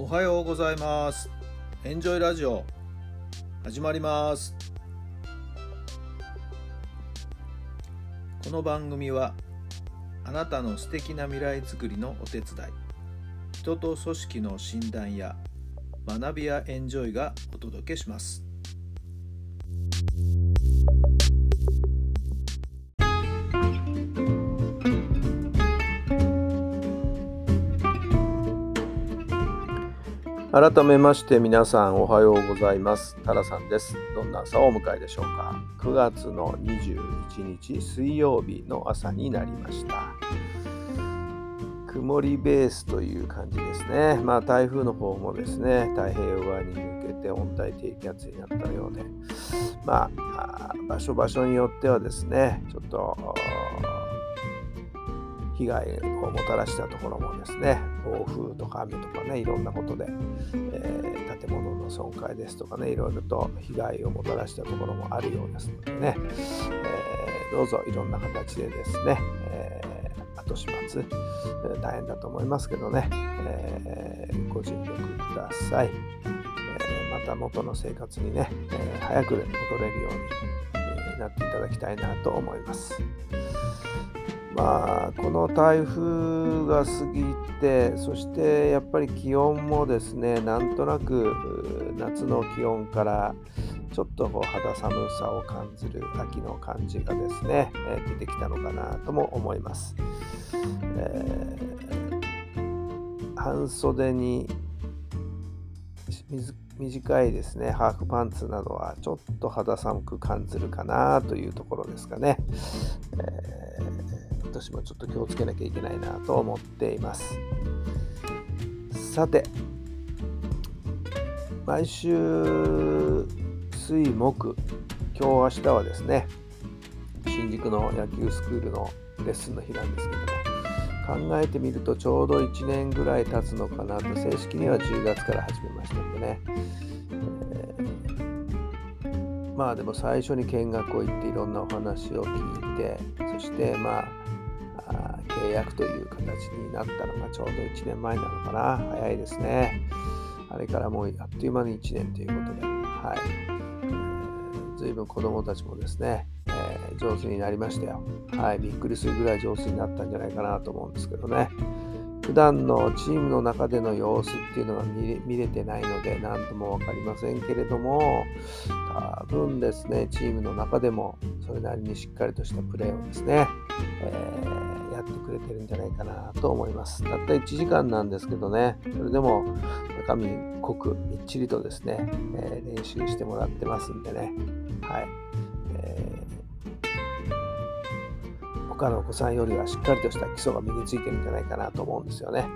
おはようございます。エンジョイラジオ始まります。この番組はあなたの素敵な未来づくりのお手伝い、人と組織の診断や学びやエンジョイがお届けします。改めまして皆さんおはようございます。タラさんです。どんな朝をお迎えでしょうか。9月の21日水曜日の朝になりました。曇りベースという感じですね。台風の方もですね、太平洋側に抜けて温帯低気圧になったようで、場所によってはですね、ちょっと被害をもたらしたところもですね、暴風とか雨とかね、いろんなことで、建物の損壊ですとかね、いろいろと被害をもたらしたところもあるようですのでね、どうぞいろんな形でですね、後始末、大変だと思いますけどね、ご尽力ください。また元の生活にね、早く戻れるようになっていただきたいなと思います。この台風が過ぎて、そしてやっぱり気温もですね、なんとなく夏の気温からちょっと肌寒さを感じる秋の感じがですね、出てきたのかなとも思います。半袖に短いですね、ハーフパンツなどはちょっと肌寒く感じるかなというところですかね。私もちょっと気をつけなきゃいけないなと思っています。さて、毎週水木、今日明日はですね、新宿の野球スクールのレッスンの日なんですけども、考えてみるとちょうど1年ぐらい経つのかなと、正式には10月から始めましたんでね、でも最初に見学を行っていろんなお話を聞いて、そして契約という形になったのがちょうど1年前なのかな。早いですね。あれからもうあっという間に1年ということで、随分子どもたちもですね、上手になりましたよ。びっくりするぐらい上手になったんじゃないかなと思うんですけどね。普段のチームの中での様子っていうのが見れてないので何とも分かりませんけれども、多分ですね、チームの中でもそれなりにしっかりとしたプレーをですね、やってくれてるんじゃないかなと思います。たった1時間なんですけどね、それでも中身濃くみっちりとですね、練習してもらってますんでね、他のお子さんよりはしっかりとした基礎が身についてるんじゃないかなと思うんですよね。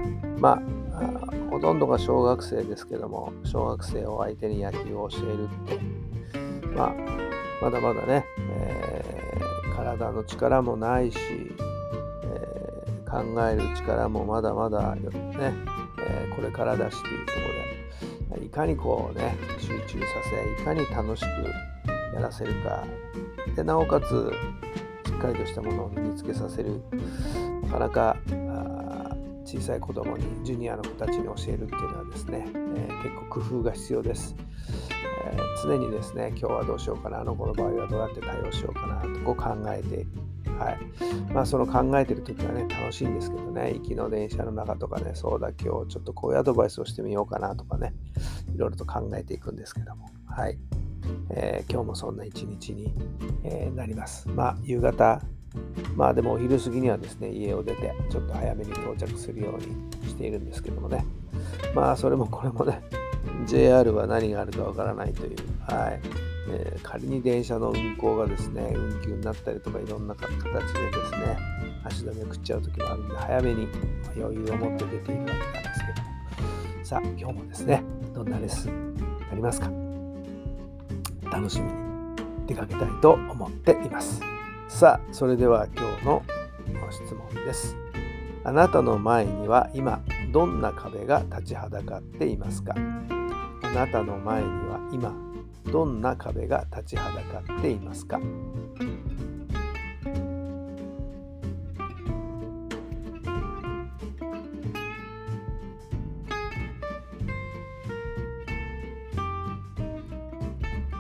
ほとんどが小学生ですけども、小学生を相手に野球を教えるって、まだまだね、体の力もないし、考える力もまだまだね、これからだしというところで、いかに集中させ、いかに楽しくやらせるかで、なおかつしっかりとしたものを身につけさせる。なかなか小さい子供にジュニアの子たちに教えるっていうのはですね、結構工夫が必要です。常にですね、今日はどうしようかな、あの子の場合はどうやって対応しようかなと考えている。その考えてる時はね、楽しいんですけどね、行きの電車の中とかね、そうだ、今日ちょっとこういうアドバイスをしてみようかなとかね、いろいろと考えていくんですけども、今日もそんな一日に、なります。夕方、でもお昼過ぎにはですね、家を出てちょっと早めに到着するようにしているんですけどもね、それもこれもね、JR は何があるかわからないという、仮に電車の運行がですね、運休になったりとか、いろんな形でですね、足止めを食っちゃう時もあるんで、早めに余裕を持って出ているわけなんですけども、さあ今日もですね、どんなレッスンありますか？楽しみに出かけたいと思っています。さあ、それでは今日の質問です。あなたの前には今どんな壁が立ちはだかっていますか？あなたの前には今どんな壁が立ちはだかっていますか？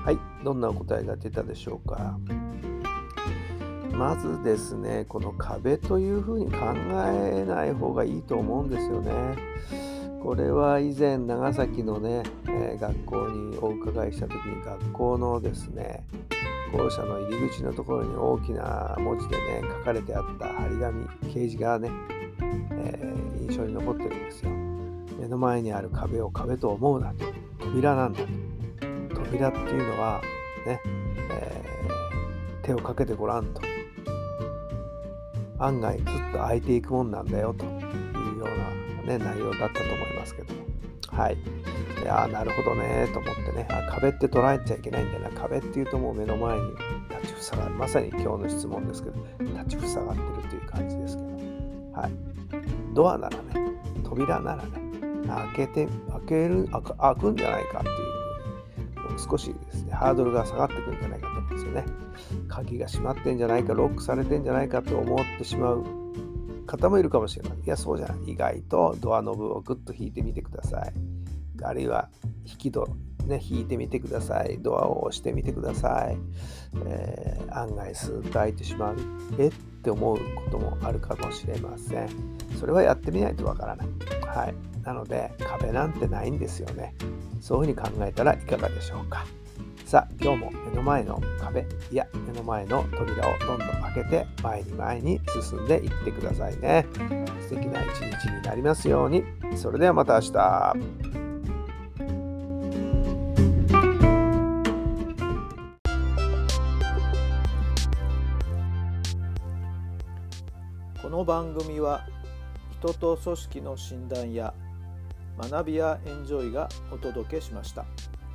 はい、どんなお答えが出たでしょうか。まずですね、この壁というふうに考えない方がいいと思うんですよね。これは以前長崎のね、学校にお伺いした時に、学校のですね、校舎の入り口のところに大きな文字でね、書かれてあった張り紙、掲示がね、印象に残ってるんですよ。目の前にある壁を壁と思うなと。扉なんだと。扉っていうのはね、手をかけてごらんと。案外ずっと開いていくもんなんだよというような、ね、内容だったと思いますけども。はい。なるほどねと思ってね、壁って捉えちゃいけないんだな。壁っていうともう目の前に立ちふさがる。まさに今日の質問ですけど、立ちふさがってるという感じですけど。はい。ドアならね、扉ならね、開くんじゃないかっていうふうに、少しですね、ハードルが下がってくるんじゃないかと思うんですよね。鍵が閉まってんじゃないか、ロックされてんじゃないかと思ってしまう方もいるかもしれない。いや、そうじゃない。意外とドアノブをグッと引いてみてください。あるいは引いてみてください。ドアを押してみてください。案外スーッと開いてしまう。って思うこともあるかもしれません。それはやってみないとわからない。はい。なので、壁なんてないんですよね。そういうふうに考えたらいかがでしょうか。さあ、今日も目の前の壁、目の前の扉をどんどん開けて前に進んでいってくださいね。素敵な一日になりますように。それではまた明日。 この番組は人と組織の診断や学びやエンジョイがお届けしました。